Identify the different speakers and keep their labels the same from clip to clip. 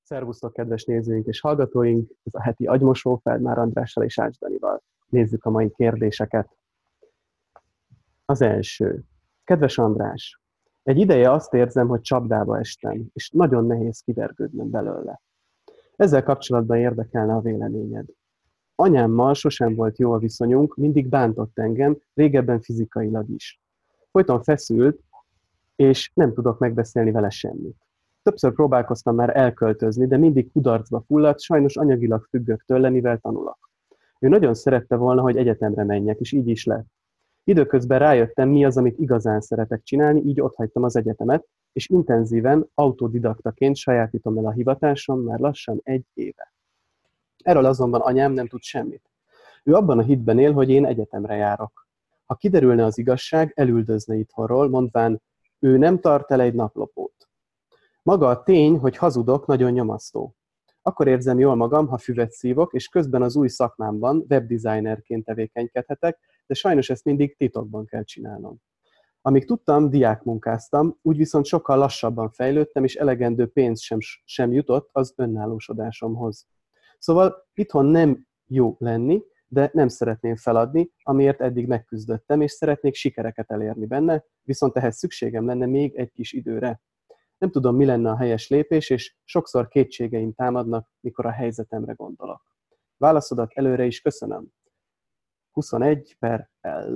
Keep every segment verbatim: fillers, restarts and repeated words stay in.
Speaker 1: Szervusztok, kedves nézőink és hallgatóink! Ez a heti agymosó Feldmár Andrással és Ács Danival. Nézzük a mai kérdéseket. Az első. Kedves András, egy ideje azt érzem, hogy csapdába estem, és nagyon nehéz kivergődnöm belőle. Ezzel kapcsolatban érdekelne a véleményed. Anyámmal sosem volt jó a viszonyunk, mindig bántott engem, régebben fizikailag is. Folyton feszült, és nem tudok megbeszélni vele semmit. Többször próbálkoztam már elköltözni, de mindig kudarcba fulladt, sajnos anyagilag függök tőle, mivel tanulok. Ő nagyon szerette volna, hogy egyetemre menjek, és így is lett. Időközben rájöttem, mi az, amit igazán szeretek csinálni, így otthagytam az egyetemet, és intenzíven, autodidaktaként sajátítom el a hivatásom már lassan egy éve. Erről azonban anyám nem tud semmit. Ő abban a hitben él, hogy én egyetemre járok. Ha kiderülne az igazság, elüldözne itthonról, mondván, ő nem tart el egy naplopót. Maga a tény, hogy hazudok, nagyon nyomasztó. Akkor érzem jól magam, ha füvet szívok, és közben az új szakmámban webdesignerként tevékenykedhetek, de sajnos ezt mindig titokban kell csinálnom. Amíg tudtam, diákmunkáztam, úgy viszont sokkal lassabban fejlődtem, és elegendő pénz sem, sem jutott az önállósodásomhoz. Szóval itthon nem jó lenni, de nem szeretném feladni, amiért eddig megküzdöttem, és szeretnék sikereket elérni benne, viszont ehhez szükségem lenne még egy kis időre. Nem tudom, mi lenne a helyes lépés, és sokszor kétségeim támadnak, mikor a helyzetemre gondolok. Válaszodat előre is köszönöm. huszonegy per L.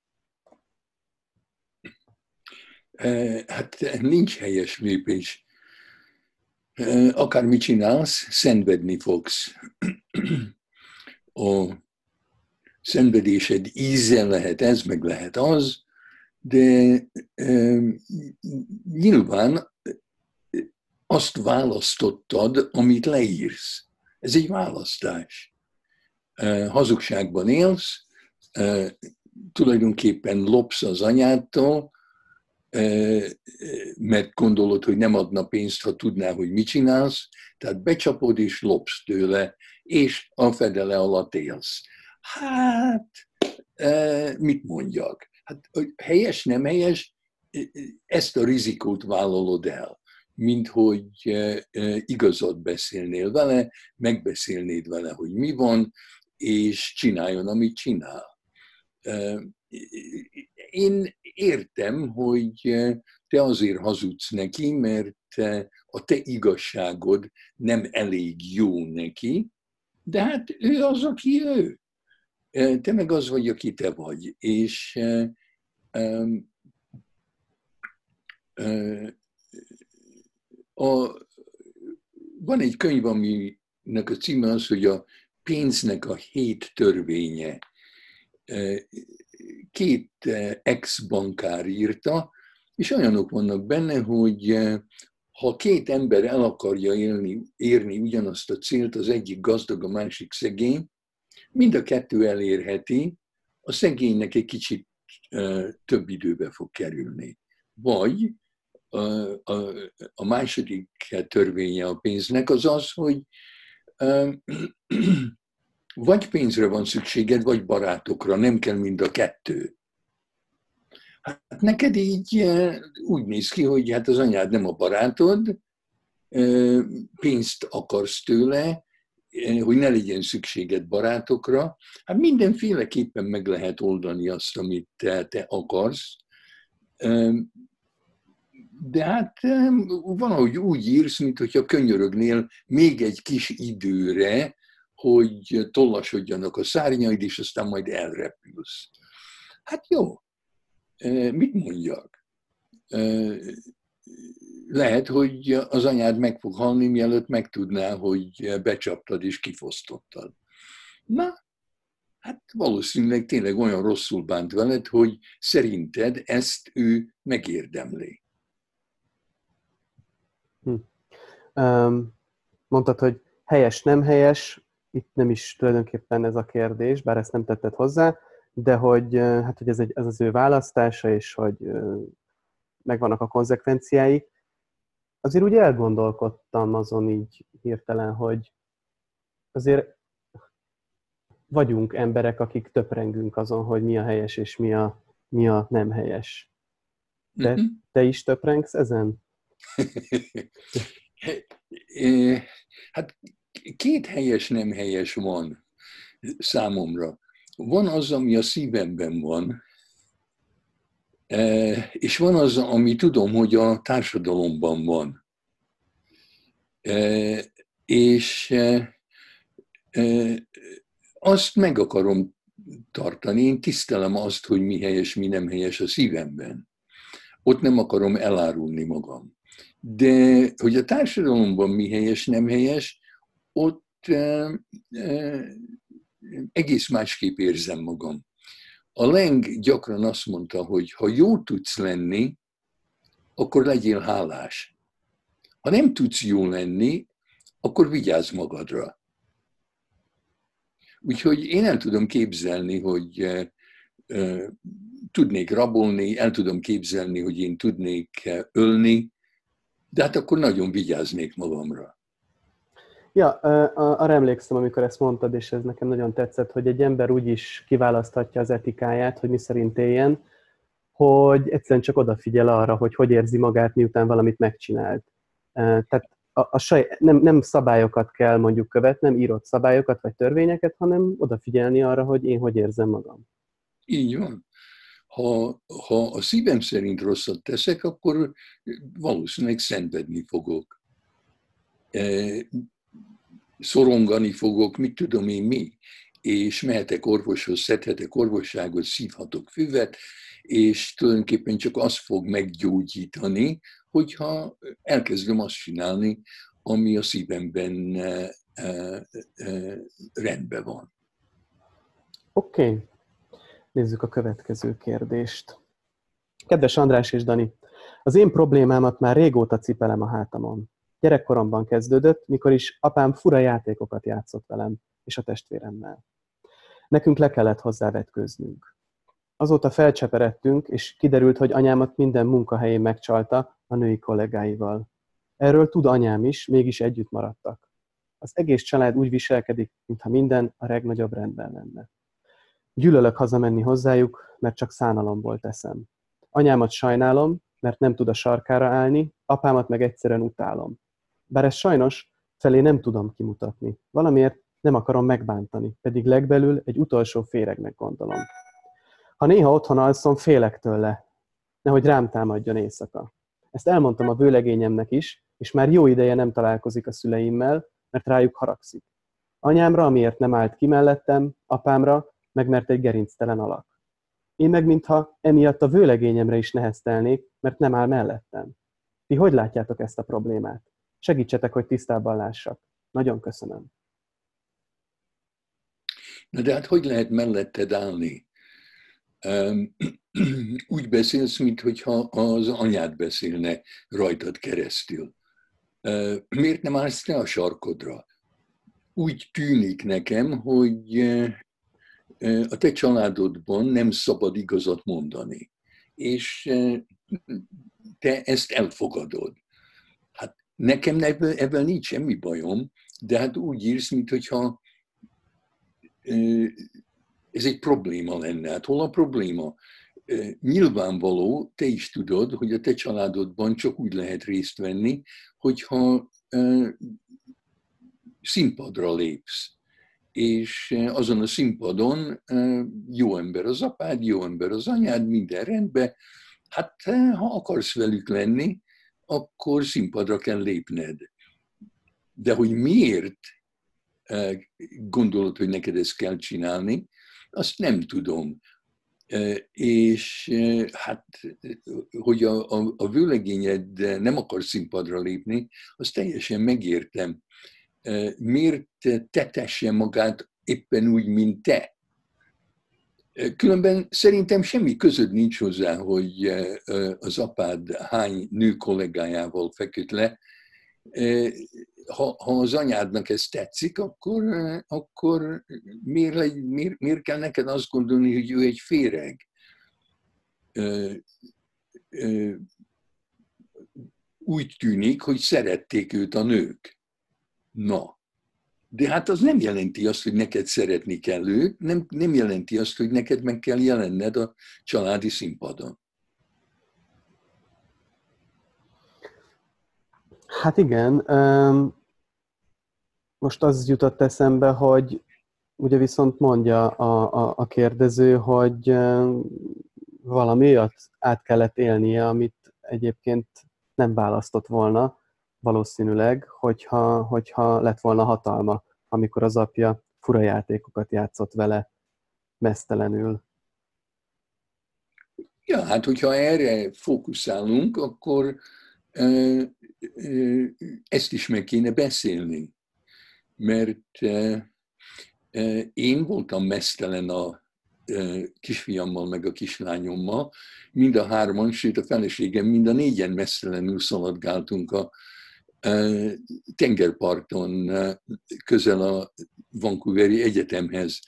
Speaker 2: Hát nincs helyes lépés. Akármit csinálsz, szenvedni fogsz. A szenvedésed íze lehet ez, meg lehet az, de nyilván azt választottad, amit leírsz. Ez egy választás. Hazugságban élsz, tulajdonképpen lopsz az anyádtól, mert gondolod, hogy nem adna pénzt, ha tudná, hogy mit csinálsz, tehát becsapod és lopsz tőle, és a fedele alatt élsz. Hát, mit mondjak? Hát, helyes, nem helyes, ezt a rizikót vállalod el, mint hogy igazat beszélnél vele, megbeszélnéd vele, hogy mi van, és csináljon, amit csinál. Én értem, hogy te azért hazudsz neki, mert a te igazságod nem elég jó neki, de hát ő az, aki ő. Te meg az vagy, aki te vagy. És a, van egy könyv, aminek a címe az, hogy a pénznek a hét törvénye. Két ex-bankár írta, és olyanok vannak benne, hogy ha két ember el akarja élni, érni ugyanazt a célt, az egyik gazdag, a másik szegény, mind a kettő elérheti, a szegénynek egy kicsit több időbe fog kerülni. Vagy a, a, a második törvénye a pénznek az az, hogy vagy pénzre van szükséged, vagy barátokra, nem kell mind a kettő. Hát neked így úgy néz ki, hogy hát az anyád nem a barátod, pénzt akarsz tőle, hogy ne legyen szükséged barátokra. Hát mindenféleképpen meg lehet oldani azt, amit te, te akarsz. De hát valahogy úgy írsz, mintha könyörögnél még egy kis időre, hogy tollasodjanak a szárnyaid, és aztán majd elrepülsz. Hát jó, mit mondjak? Lehet, hogy az anyád meg fog halni, mielőtt megtudná, hogy becsaptad és kifosztottad. Na, hát valószínűleg tényleg olyan rosszul bánt veled, hogy szerinted ezt ő megérdemli.
Speaker 1: Hm. Um, mondtad, hogy helyes, nem helyes, itt nem is tulajdonképpen ez a kérdés, bár ezt nem tetted hozzá, de hogy, hát, hogy ez, egy, ez az ő választása, és hogy megvannak a konzekvenciái. Azért úgy elgondolkodtam azon így hirtelen, hogy azért vagyunk emberek, akik töprengünk azon, hogy mi a helyes és mi a, mi a nem helyes. Te,
Speaker 2: Mm-hmm.
Speaker 1: te is töprengsz ezen?
Speaker 2: Hát két helyes, nem helyes van számomra. Van az, ami a szívemben van, és van az, ami tudom, hogy a társadalomban van. És azt meg akarom tartani, én tisztelem azt, hogy mi helyes, mi nem helyes a szívemben. Ott nem akarom elárulni magam. De hogy a társadalomban mi helyes, nem helyes, ott eh, eh, egész másképp érzem magam. A Leng gyakran azt mondta, hogy ha jó tudsz lenni, akkor legyél hálás. Ha nem tudsz jó lenni, akkor vigyázz magadra. Úgyhogy én el tudom képzelni, hogy eh, eh, tudnék rabolni, el tudom képzelni, hogy én tudnék ölni, de hát akkor nagyon vigyáznék magamra.
Speaker 1: Ja, arra emlékszem, amikor ezt mondtad, és ez nekem nagyon tetszett, hogy egy ember úgy is kiválaszthatja az etikáját, hogy mi szerint éljen, hogy egyszerűen csak odafigyel arra, hogy hogy érzi magát, miután valamit megcsinált. Tehát a, a saj, nem, nem szabályokat kell mondjuk követni, nem írott szabályokat vagy törvényeket, hanem odafigyelni arra, hogy én hogy érzem magam.
Speaker 2: Így van. Ha, ha a szívem szerint rosszat teszek, akkor valószínűleg szenvedni fogok. Szorongani fogok, mit tudom én mi. És mehetek orvoshoz, szedhetek orvosságot, szívhatok füvet, és tulajdonképpen csak az fog meggyógyítani, hogyha elkezdem azt csinálni, ami a szívemben rendben van.
Speaker 1: Oké. Okay. Nézzük a következő kérdést. Kedves András és Dani, az én problémámat már régóta cipelem a hátamon. Gyerekkoromban kezdődött, mikor is apám fura játékokat játszott velem és a testvéremmel. Nekünk le kellett hozzá vetkőznünk. Azóta felcseperedtünk, és kiderült, hogy anyámat minden munkahelyén megcsalta a női kollégáival. Erről tud anyám is, mégis együtt maradtak. Az egész család úgy viselkedik, mintha minden a legnagyobb rendben lenne. Gyűlölök hazamenni hozzájuk, mert csak szánalomból teszem. Anyámat sajnálom, mert nem tud a sarkára állni, apámat meg egyszerűen utálom. Bár ezt sajnos felé nem tudom kimutatni. Valamiért nem akarom megbántani, pedig legbelül egy utolsó féregnek gondolom. Ha néha otthon alszom, félek tőle, nehogy rám támadjon éjszaka. Ezt elmondtam a vőlegényemnek is, és már jó ideje nem találkozik a szüleimmel, mert rájuk haragszik. Anyámra, amiért nem állt ki mellettem, apámra, meg mert egy gerinctelen alak. Én meg mintha emiatt a vőlegényemre is neheztelnék, mert nem áll mellettem. Ti hogy látjátok ezt a problémát? Segítsetek, hogy tisztában lássak. Nagyon köszönöm.
Speaker 2: Na de hát hogy lehet melletted állni? Úgy beszélsz, mintha az anyád beszélne rajtad keresztül. Miért nem állsz te a sarkodra? Úgy tűnik nekem, hogy a te családodban nem szabad igazat mondani. És te ezt elfogadod. Hát nekem ebben, ebben nincs semmi bajom, de hát úgy írsz, mintha ez egy probléma lenne. Hát hol a probléma? Nyilvánvaló, te is tudod, hogy a te családodban csak úgy lehet részt venni, hogyha színpadra lépsz. És azon a színpadon jó ember az apád, jó ember az anyád, minden rendben. Hát ha akarsz velük lenni, akkor színpadra kell lépned. De hogy miért gondolod, hogy neked ezt kell csinálni, azt nem tudom. És hát, hogy a, a, a vőlegényed nem akar színpadra lépni, azt teljesen megértem. Miért tetesse magát éppen úgy, mint te? Különben szerintem semmi közöd nincs hozzá, hogy az apád hány nő kollégájával feküdt le. Ha, ha az anyádnak ez tetszik, akkor, akkor miért, miért, miért kell neked azt gondolni, hogy ő egy féreg? Úgy tűnik, hogy szerették őt a nők. Na, de hát az nem jelenti azt, hogy neked szeretni kell őt, nem, nem jelenti azt, hogy neked meg kell jelenned a családi színpadon.
Speaker 1: Hát igen, most az jutott eszembe, hogy ugye viszont mondja a, a, a kérdező, hogy valami olyat át kellett élnie, amit egyébként nem választott volna, valószínűleg, hogyha, hogyha lett volna hatalma, amikor az apja fura játékokat játszott vele meztelenül.
Speaker 2: Ja, hát hogyha erre fókuszálunk, akkor ö, ö, ezt is meg kéne beszélni. Mert ö, ö, én voltam meztelen a ö, kisfiammal, meg a kislányommal, mind a hárman, sőt a feleségem, mind a négyen meztelenül szaladgáltunk a ö, tengerparton, ö, közel a Vancouveri Egyetemhez,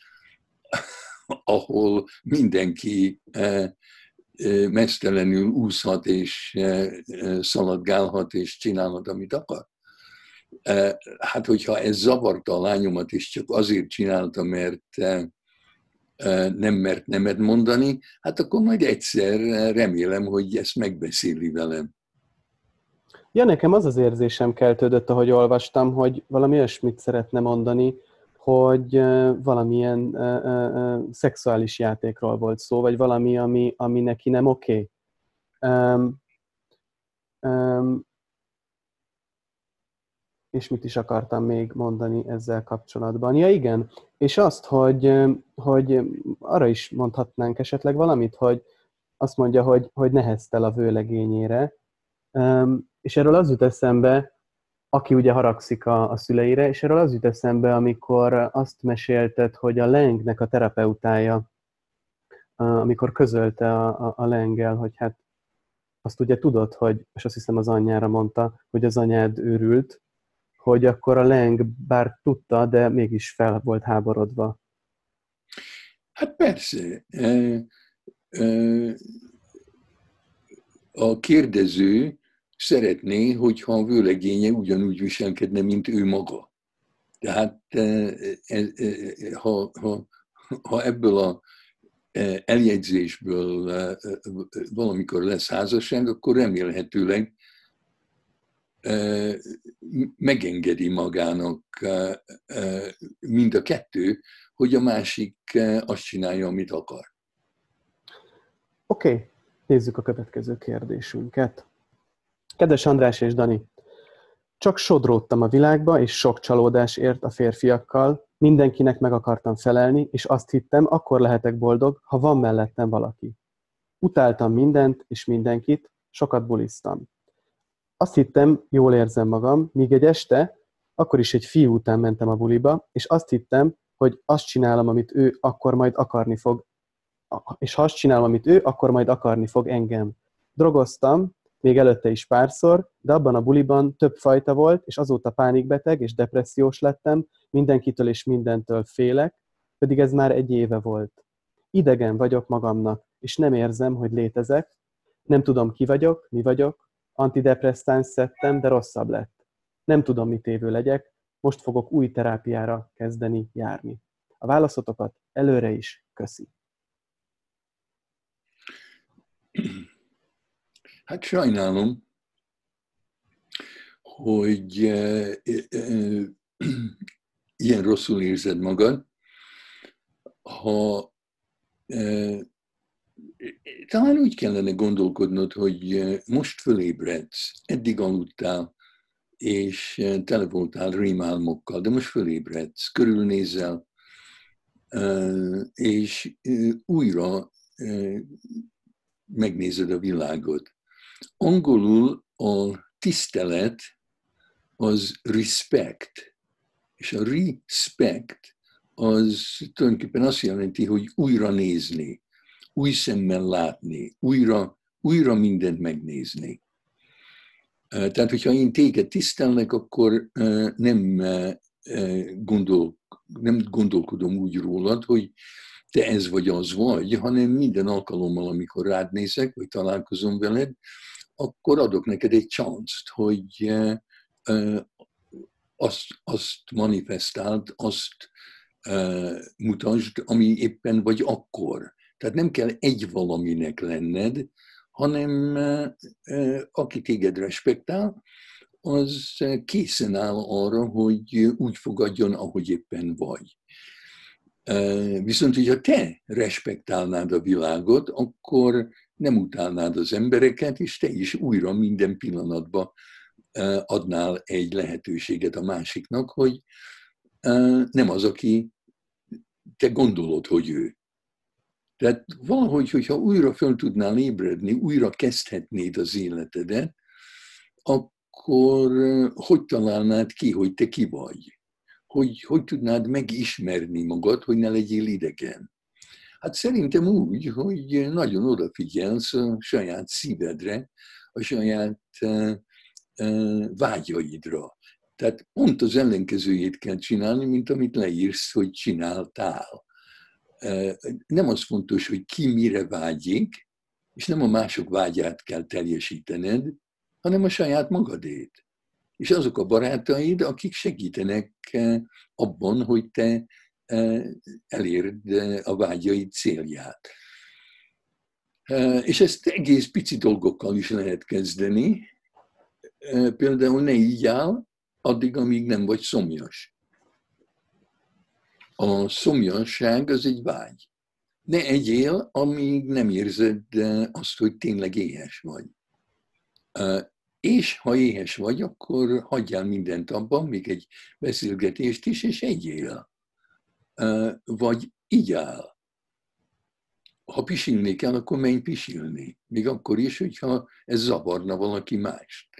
Speaker 2: ahol mindenki ö, meztelenül úszhat, és szaladgálhat, és csinálhat, amit akar. Hát, hogyha ez zavarta a lányomat, és csak azért csinálta, mert nem mert nemet mondani, hát akkor majd egyszer remélem, hogy ezt megbeszéli velem.
Speaker 1: Ja, nekem az az érzésem keltődött, ahogy olvastam, hogy valami olyasmit szeretne mondani, hogy valamilyen uh, uh, uh, szexuális játékról volt szó, vagy valami, ami, ami neki nem oké. Okay. Um, um, és mit is akartam még mondani ezzel kapcsolatban? Ja, igen, és azt, hogy, hogy arra is mondhatnánk esetleg valamit, hogy azt mondja, hogy, hogy neheztel a vőlegényére, um, és erről az jut eszembe, aki ugye haragszik a, a szüleire, és erről az jut eszembe, amikor azt mesélted, hogy a Lengnek a terapeutája, amikor közölte a, a, a Lenggel, hogy hát azt ugye tudod, hogy, és azt hiszem az anyjára mondta, hogy az anyád őrült, hogy akkor a Leng bár tudta, de mégis fel volt háborodva.
Speaker 2: Hát persze. A kérdező szeretné, hogyha a vőlegénye ugyanúgy viselkedne, mint ő maga. Tehát ha, ha, ha ebből a eljegyzésből valamikor lesz házasság, akkor remélhetőleg megengedi magának mind a kettő, hogy a másik azt csinálja, amit akar.
Speaker 1: Oké, okay. Nézzük a következő kérdésünket. Kedves András és Dani, csak sodródtam a világba, és sok csalódás ért a férfiakkal, mindenkinek meg akartam felelni, és azt hittem, akkor lehetek boldog, ha van mellettem valaki. Utáltam mindent és mindenkit, sokat buliztam. Azt hittem, jól érzem magam, míg egy este, akkor is egy fiú után mentem a buliba, és azt hittem, hogy azt csinálom, amit ő akkor majd akarni fog, és ha azt csinálom, amit ő, akkor majd akarni fog engem. Drogoztam, még előtte is párszor, de abban a buliban több fajta volt, és azóta pánikbeteg és depressziós lettem, mindenkitől és mindentől félek, pedig ez már egy éve volt. Idegen vagyok magamnak, és nem érzem, hogy létezek, nem tudom, ki vagyok, mi vagyok, antidepresszáns szedtem, de rosszabb lett. Nem tudom, mit évő legyek, most fogok új terápiára kezdeni járni. A válaszotokat előre is köszi.
Speaker 2: Hát sajnálom, hogy e, e, ilyen rosszul érzed magad, ha e, talán úgy kellene gondolkodnod, hogy most fölébredsz, eddig aludtál, és tele voltál rémálmokkal, de most fölébredsz, körülnézel, és újra megnézed a világot. Angolul a tisztelet az respect, és a respect az tulajdonképpen azt jelenti, hogy újra nézni, új szemmel látni, újra, újra mindent megnézni. Tehát, hogyha én téged tisztelnek, akkor nem, gondol, nem gondolkodom úgy rólad, hogy te ez vagy az vagy, hanem minden alkalommal, amikor rád nézek, vagy találkozom veled, akkor adok neked egy chance-t, hogy azt, azt manifestáld, azt mutasd, ami éppen vagy akkor. Tehát nem kell egy valaminek lenned, hanem aki téged respektál, az készen áll arra, hogy úgy fogadjon, ahogy éppen vagy. Viszont, hogyha te respektálnád a világot, akkor nem utálnád az embereket, és te is újra minden pillanatban adnál egy lehetőséget a másiknak, hogy nem az, aki te gondolod, hogy ő. Tehát valahogy, hogyha újra föl tudnál ébredni, újra kezdhetnéd az életedet, akkor hogy találnád ki, hogy te ki vagy? Hogy, hogy tudnád megismerni magad, hogy ne legyél idegen? Hát szerintem úgy, hogy nagyon odafigyelsz a saját szívedre, a saját uh, uh, vágyaidra. Tehát pont az ellenkezőjét kell csinálni, mint amit leírsz, hogy csináltál. Uh, nem az fontos, hogy ki mire vágyik, és nem a mások vágyát kell teljesítened, hanem a saját magadét. És azok a barátaid, akik segítenek abban, hogy te elérd a vágyaid célját. És ezt egész pici dolgokkal is lehet kezdeni. Például ne így áll, addig, amíg nem vagy szomjas. A szomjasság az egy vágy. Ne egyél, amíg nem érzed azt, hogy tényleg éhes vagy. És ha éhes vagy, akkor hagyjál mindent abban, még egy beszélgetést is, és egyél. Vagy így áll. Ha pisilni kell, akkor menj pisilni. Még akkor is, hogyha ez zavarna valaki mást.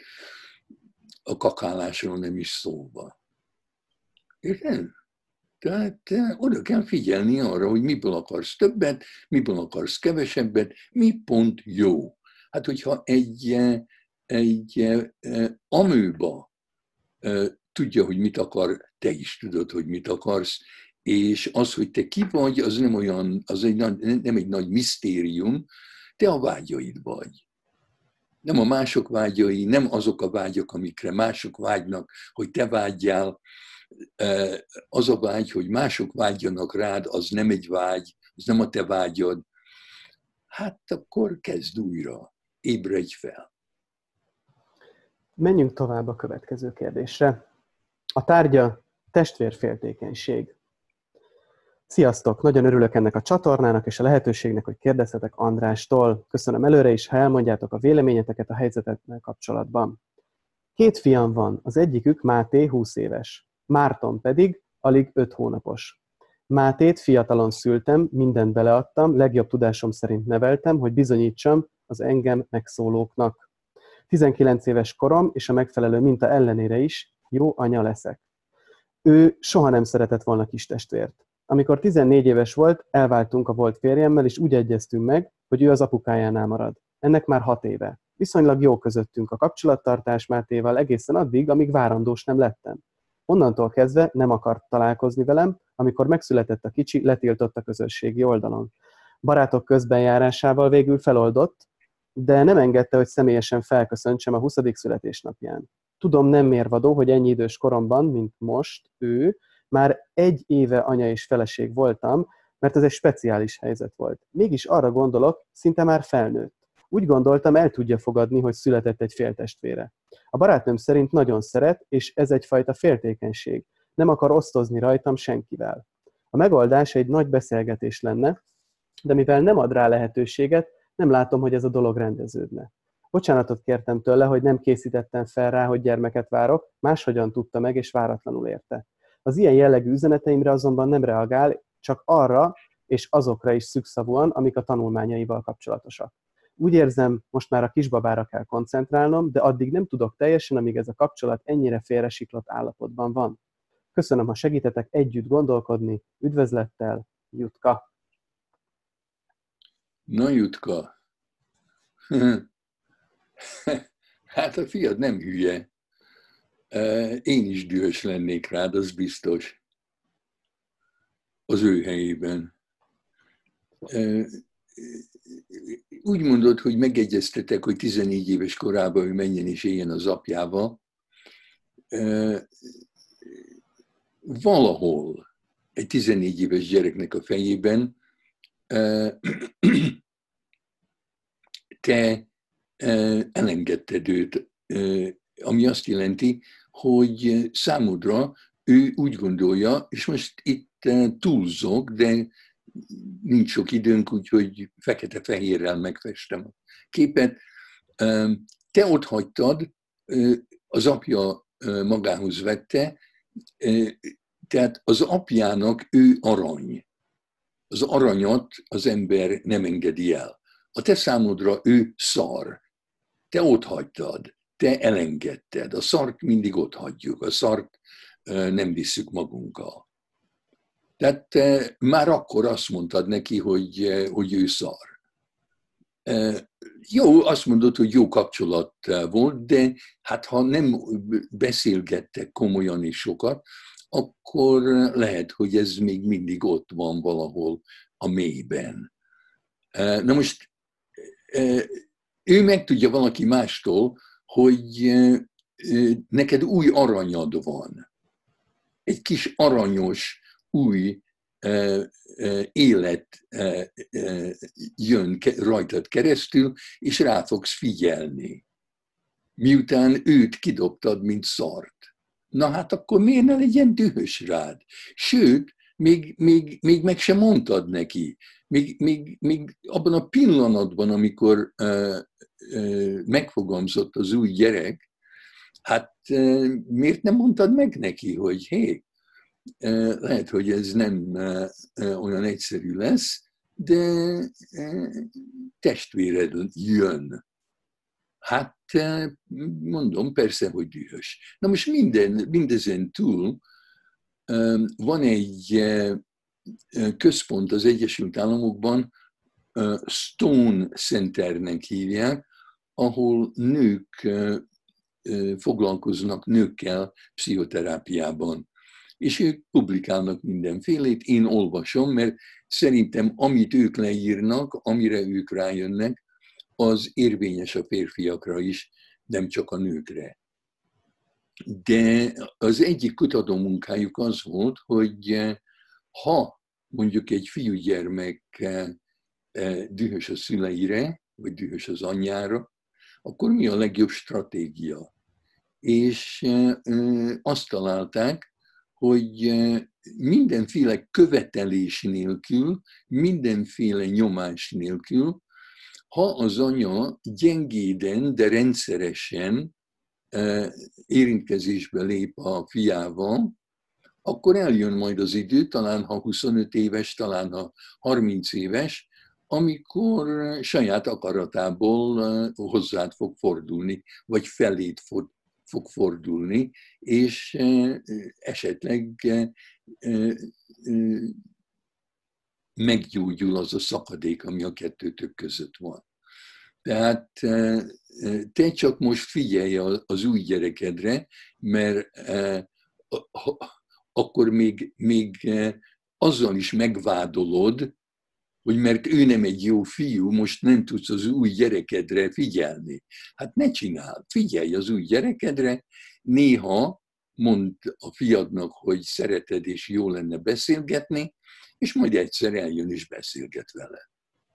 Speaker 2: A kakálásról nem is szóba. Érted? Tehát oda kell figyelni arra, hogy miből akarsz többet, miből akarsz kevesebbet, mi pont jó. Hát, hogyha egy, egy amőba tudja, hogy mit akar, te is tudod, hogy mit akarsz, és az, hogy te ki vagy, az nem olyan, az egy, nem egy nagy misztérium, te a vágyaid vagy. Nem a mások vágyai, nem azok a vágyak, amikre mások vágynak, hogy te vágyjál. Az a vágy, hogy mások vágyjanak rád, az nem egy vágy, az nem a te vágyad. Hát akkor kezd újra, ébredj fel.
Speaker 1: Menjünk tovább a következő kérdésre. A tárgya testvérféltékenység. Sziasztok! Nagyon örülök ennek a csatornának és a lehetőségnek, hogy kérdezhetek Andrástól. Köszönöm előre is, ha elmondjátok a véleményeteket a helyzetekkel kapcsolatban. Két fiam van, az egyikük Máté húsz éves, Márton pedig alig öt hónapos. Mátét fiatalon szültem, mindent beleadtam, legjobb tudásom szerint neveltem, hogy bizonyítsam az engem megszólóknak. tizenkilenc éves korom és a megfelelő minta ellenére is jó anya leszek. Ő soha nem szeretett volna kis testvért. Amikor tizennégy éves volt, elváltunk a volt férjemmel, és úgy egyeztünk meg, hogy ő az apukájánál marad. Ennek már hat éve. Viszonylag jó közöttünk a kapcsolattartás Mátéval egészen addig, amíg várandós nem lettem. Onnantól kezdve nem akart találkozni velem, amikor megszületett a kicsi, letiltott a közösségi oldalon. Barátok közbenjárásával végül feloldott, de nem engedte, hogy személyesen felköszöntsem a huszadik születésnapján. Tudom, nem mérvadó, hogy ennyi idős koromban, mint most ő, már egy éve anya és feleség voltam, mert ez egy speciális helyzet volt. Mégis arra gondolok, szinte már felnőtt. Úgy gondoltam, el tudja fogadni, hogy született egy féltestvére. A barátnőm szerint nagyon szeret, és ez egyfajta féltékenység. Nem akar osztozni rajtam senkivel. A megoldás egy nagy beszélgetés lenne, de mivel nem ad rá lehetőséget, nem látom, hogy ez a dolog rendeződne. Bocsánatot kértem tőle, hogy nem készítettem fel rá, hogy gyermeket várok, máshogyan tudta meg, és váratlanul érte. Az ilyen jellegű üzeneteimre azonban nem reagál, csak arra és azokra is szükszavúan, amik a tanulmányaival kapcsolatosak. Úgy érzem, most már a kisbabára kell koncentrálnom, de addig nem tudok teljesen, amíg ez a kapcsolat ennyire félresiklott állapotban van. Köszönöm, ha segítetek együtt gondolkodni. Üdvözlettel, Jutka.
Speaker 2: Na, Jutka. Hát a fiad nem hülye. Én is dühös lennék rád, az biztos. Az ő helyében. Úgy mondod, hogy megegyeztetek, hogy tizennégy éves korában ő menjen és éljen az apjával. Valahol egy tizennégy éves gyereknek a fejében te elengedted őt ami azt jelenti, hogy számodra ő úgy gondolja, és most itt túlzok, de nincs sok időnk, úgyhogy fekete-fehérrel megfestem a képet. Te ott hagytad, az apja magához vette, tehát az apjának ő arany. Az aranyat az ember nem engedi el. A te számodra ő szar. Te ott hagytad, te elengedted. A szart mindig ott hagyjuk, a szart nem visszük magunkkal. Tehát már akkor azt mondtad neki, hogy, hogy ő szar. Jó, azt mondod, hogy jó kapcsolat volt, de hát ha nem beszélgettek komolyan és sokat, akkor lehet, hogy ez még mindig ott van valahol a mélyben. Na most ő megtudja valaki mástól, hogy neked új aranyad van. Egy kis aranyos, új élet jön rajtad keresztül, és rá fogsz figyelni. Miután őt kidobtad, mint szart. Na hát akkor miért ne legyen dühös rád? Sőt, még, még, még meg sem mondtad neki. Még, még, még abban a pillanatban, amikor uh, uh, megfogalmazott az új gyerek, hát uh, miért nem mondtad meg neki, hogy hé, uh, lehet, hogy ez nem uh, uh, olyan egyszerű lesz, de uh, testvéred jön. Hát mondom, persze, hogy dühös. Na most minden, mindezen túl van egy központ az Egyesült Államokban, Stone Centernek hívják, ahol nők foglalkoznak nőkkel pszichoterápiában. És ők publikálnak mindenfélét, én olvasom, mert szerintem amit ők leírnak, amire ők rájönnek, az érvényes a férfiakra is, nem csak a nőkre. De az egyik kutató munkájuk az volt, hogy ha mondjuk egy fiúgyermek dühös a szüleire, vagy dühös az anyjára, akkor mi a legjobb stratégia? És azt találták, hogy mindenféle követelés nélkül, mindenféle nyomás nélkül, ha az anya gyengéden, de rendszeresen érintkezésbe lép a fiával, akkor eljön majd az idő, talán ha huszonöt éves, talán ha harminc éves, amikor saját akaratából hozzád fog fordulni, vagy felét fog fordulni, és esetleg meggyógyul az a szakadék, ami a kettőtök között van. Tehát te csak most figyelj az új gyerekedre, mert akkor még, még azzal is megvádolod, hogy mert ő nem egy jó fiú, most nem tudsz az új gyerekedre figyelni. Hát ne csináld, figyelj az új gyerekedre, néha mondd a fiadnak, hogy szereted és jó lenne beszélgetni, és majd egyszer eljön és beszélget vele.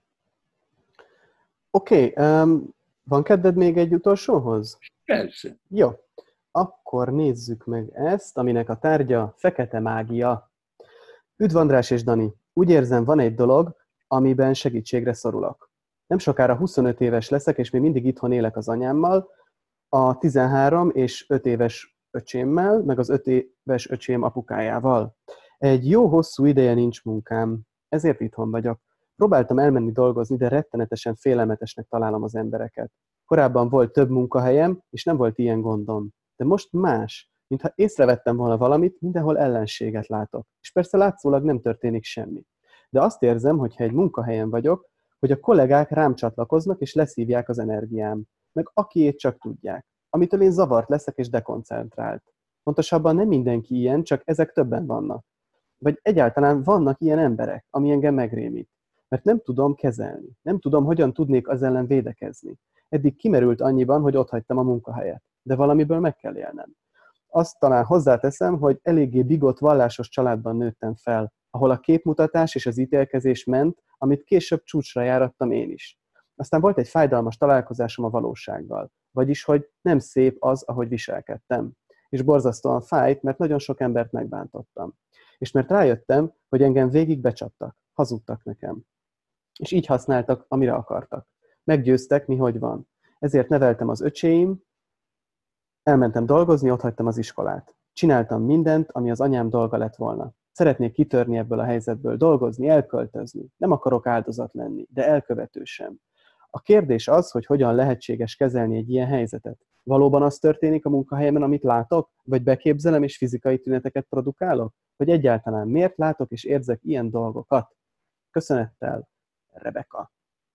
Speaker 1: Oké, okay, um, van kedved még egy utolsóhoz?
Speaker 2: Persze.
Speaker 1: Jó, akkor nézzük meg ezt, aminek a tárgya fekete mágia. Üdv András és Dani, úgy érzem, van egy dolog, amiben segítségre szorulok. Nem sokára huszonöt éves leszek, és még mindig itthon élek az anyámmal, a tizenhárom és öt éves öcsémmel, meg az öt éves öcsém apukájával. Egy jó hosszú ideje nincs munkám, ezért itthon vagyok. Próbáltam elmenni dolgozni, de rettenetesen félelmetesnek találom az embereket. Korábban volt több munkahelyem, és nem volt ilyen gondom. De most más, mintha észrevettem volna valamit, mindenhol ellenséget látok. És persze látszólag nem történik semmi. De azt érzem, hogy ha egy munkahelyen vagyok, hogy a kollégák rám csatlakoznak, és leszívják az energiám. Meg akiét csak tudják. Amitől én zavart leszek és dekoncentrált. Pontosabban nem mindenki ilyen, csak ezek többen vannak. Vagy egyáltalán vannak ilyen emberek, ami engem megrémít. Mert nem tudom kezelni. Nem tudom, hogyan tudnék az ellen védekezni. Eddig kimerült annyiban, hogy otthagytam a munkahelyet. De valamiből meg kell élnem. Azt talán hozzáteszem, hogy eléggé bigott vallásos családban nőttem fel, ahol a képmutatás és az ítélkezés ment, amit később csúcsra járattam én is. Aztán volt egy fájdalmas találkozásom a valósággal. vagyis, hogy nem szép az, ahogy viselkedtem. És borzasztóan fájt, mert nagyon sok embert megbántottam. És mert rájöttem, hogy engem végig becsaptak, hazudtak nekem. És így használtak, amire akartak. Meggyőztek, mi hogy van. Ezért neveltem az öcséim, elmentem dolgozni, otthagytam az iskolát. Csináltam mindent, ami az anyám dolga lett volna. Szeretnék kitörni ebből a helyzetből, dolgozni, elköltözni. Nem akarok áldozat lenni, de elkövető sem. A kérdés az, hogy hogyan lehetséges kezelni egy ilyen helyzetet. Valóban az történik a munkahelyemen, amit látok? Vagy beképzelem és fizikai tüneteket produkálok? Vagy egyáltalán miért látok és érzek ilyen dolgokat? Köszönettel, Rebeka.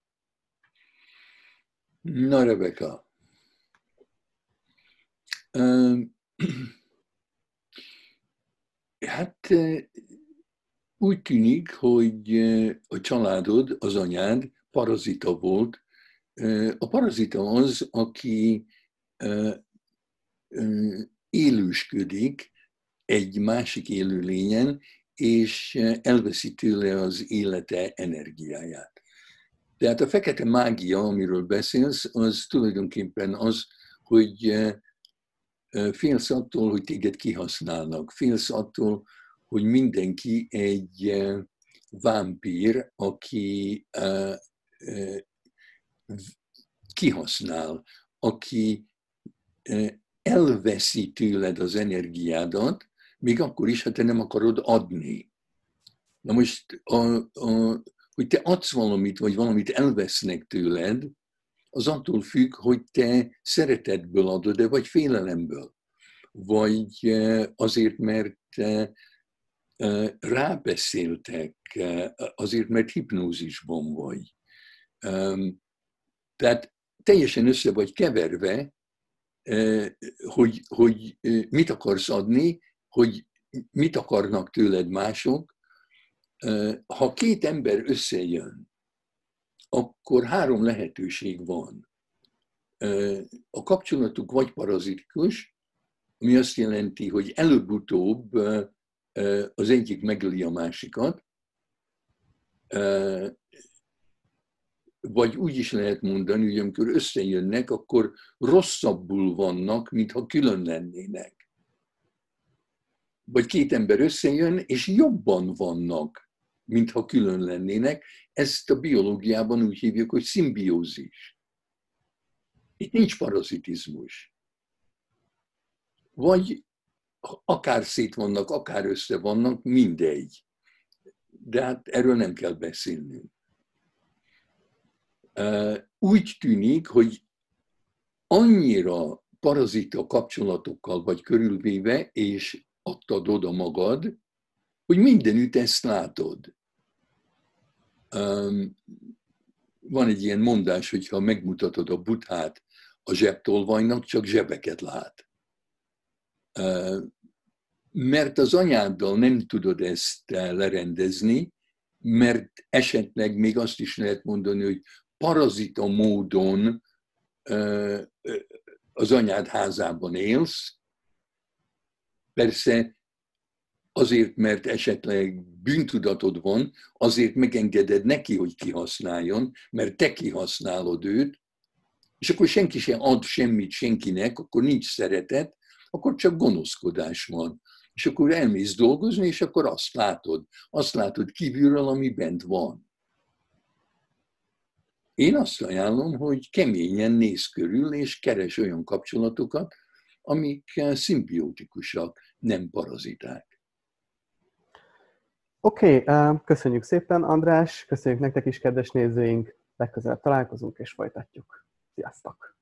Speaker 2: Na, Rebeka. Um, hát úgy tűnik, hogy a családod, az anyád parazita volt. A parazita az, aki élősködik egy másik élőlényen, és elveszi tőle az élete energiáját. Tehát a fekete mágia, amiről beszélsz, az tulajdonképpen az, hogy félsz attól, hogy téged kihasználnak. Félsz attól, hogy mindenki egy vámpír, aki kihasznál, aki elveszi tőled az energiádat, még akkor is, ha te nem akarod adni. Na most, a, a, hogy te adsz valamit, vagy valamit elvesznek tőled, az attól függ, hogy te szeretetből adod-e, vagy félelemből. Vagy azért, mert rábeszéltek, azért, mert hipnózisban vagy. Tehát teljesen össze vagy keverve, hogy, hogy mit akarsz adni, hogy mit akarnak tőled mások. Ha két ember összejön, akkor három lehetőség van. A kapcsolatuk vagy parazitikus, ami azt jelenti, hogy előbb-utóbb az egyik megöli a másikat, vagy úgy is lehet mondani, hogy amikor összejönnek, akkor rosszabbul vannak, mintha külön lennének. Vagy két ember összejön, és jobban vannak, mintha külön lennének. Ezt a biológiában úgy hívjuk, hogy szimbiózis. Itt nincs parazitizmus. Vagy akár szét vannak, akár össze vannak, mindegy. De hát erről nem kell beszélnünk. Úgy tűnik, hogy annyira parazita kapcsolatokkal vagy körülvéve, és adtad oda magad, hogy mindenütt ezt látod. Van egy ilyen mondás, hogy ha megmutatod a Buddhát a zsebtolvajnak, csak zsebeket lát. Mert az anyáddal nem tudod ezt lerendezni, mert esetleg még azt is lehet mondani, hogy parazita módon az anyád házában élsz. Persze azért, mert esetleg bűntudatod van, azért megengeded neki, hogy kihasználjon, mert te kihasználod őt, és akkor senki sem ad semmit senkinek, akkor nincs szeretet, akkor csak gonoszkodás van. És akkor elmész dolgozni, és akkor azt látod. Azt látod kívülről, ami bent van. Én azt ajánlom, hogy keményen nézz körül, és keres olyan kapcsolatokat, amik szimbiotikusak, nem paraziták.
Speaker 1: Oké, okay, köszönjük szépen, András, köszönjük nektek is, kedves nézőink, legközelebb találkozunk és folytatjuk. Sziasztok!